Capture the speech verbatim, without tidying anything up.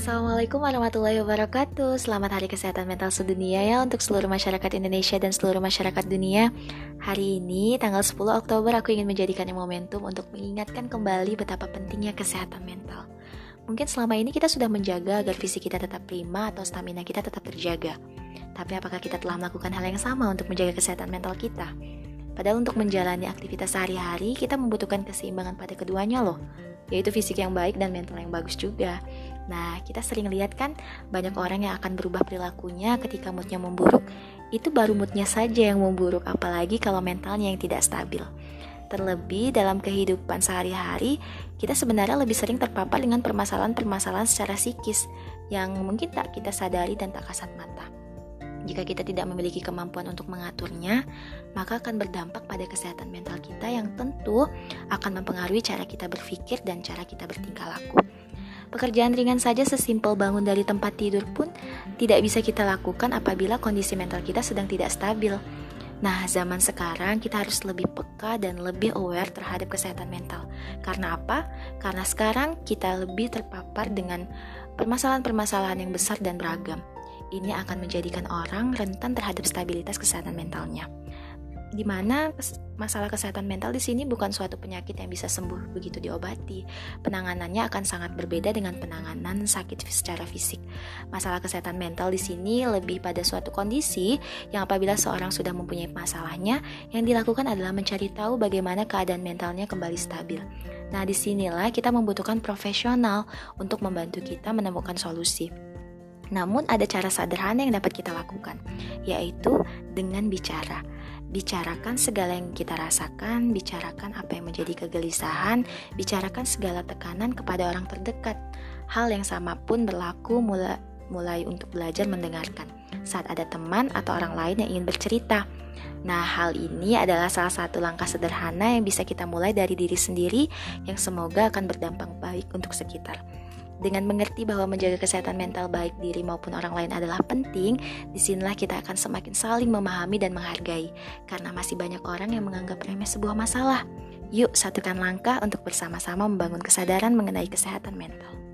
Assalamualaikum warahmatullahi wabarakatuh. Selamat Hari Kesehatan Mental Sedunia ya untuk seluruh masyarakat Indonesia dan seluruh masyarakat dunia. Hari ini tanggal sepuluh Oktober aku ingin menjadikannya momentum untuk mengingatkan kembali betapa pentingnya kesehatan mental. Mungkin selama ini kita sudah menjaga agar fisik kita tetap prima atau stamina kita tetap terjaga. Tapi apakah kita telah melakukan hal yang sama untuk menjaga kesehatan mental kita? Padahal untuk menjalani aktivitas sehari-hari kita membutuhkan keseimbangan pada keduanya loh, yaitu fisik yang baik dan mental yang bagus juga. Nah, kita sering lihat kan banyak orang yang akan berubah perilakunya ketika moodnya memburuk. Itu baru moodnya saja yang memburuk, apalagi kalau mentalnya yang tidak stabil. Terlebih dalam kehidupan sehari-hari, kita sebenarnya lebih sering terpapar dengan permasalahan-permasalahan secara psikis yang mungkin tak kita sadari dan tak kasat mata. Jika kita tidak memiliki kemampuan untuk mengaturnya, maka akan berdampak pada kesehatan mental kita yang tentu akan mempengaruhi cara kita berpikir dan cara kita bertingkah laku. Pekerjaan ringan saja sesimpel bangun dari tempat tidur pun tidak bisa kita lakukan apabila kondisi mental kita sedang tidak stabil. Nah, zaman sekarang kita harus lebih peka dan lebih aware terhadap kesehatan mental. Karena apa? Karena sekarang kita lebih terpapar dengan permasalahan-permasalahan yang besar dan beragam. Ini akan menjadikan orang rentan terhadap stabilitas kesehatan mentalnya. Di mana masalah kesehatan mental di sini bukan suatu penyakit yang bisa sembuh begitu diobati. Penanganannya akan sangat berbeda dengan penanganan sakit secara fisik. Masalah kesehatan mental di sini lebih pada suatu kondisi yang apabila seorang sudah mempunyai masalahnya, yang dilakukan adalah mencari tahu bagaimana keadaan mentalnya kembali stabil. Nah, disinilah kita membutuhkan profesional untuk membantu kita menemukan solusi. Namun ada cara sederhana yang dapat kita lakukan, yaitu dengan bicara. Bicarakan segala yang kita rasakan, bicarakan apa yang menjadi kegelisahan, bicarakan segala tekanan kepada orang terdekat. Hal yang sama pun berlaku mulai, mulai untuk belajar mendengarkan saat ada teman atau orang lain yang ingin bercerita. Nah, hal ini adalah salah satu langkah sederhana yang bisa kita mulai dari diri sendiri yang semoga akan berdampak baik untuk sekitar. Dengan mengerti bahwa menjaga kesehatan mental baik diri maupun orang lain adalah penting, disinilah kita akan semakin saling memahami dan menghargai, karena masih banyak orang yang menganggap remeh sebuah masalah. Yuk, satukan langkah untuk bersama-sama membangun kesadaran mengenai kesehatan mental.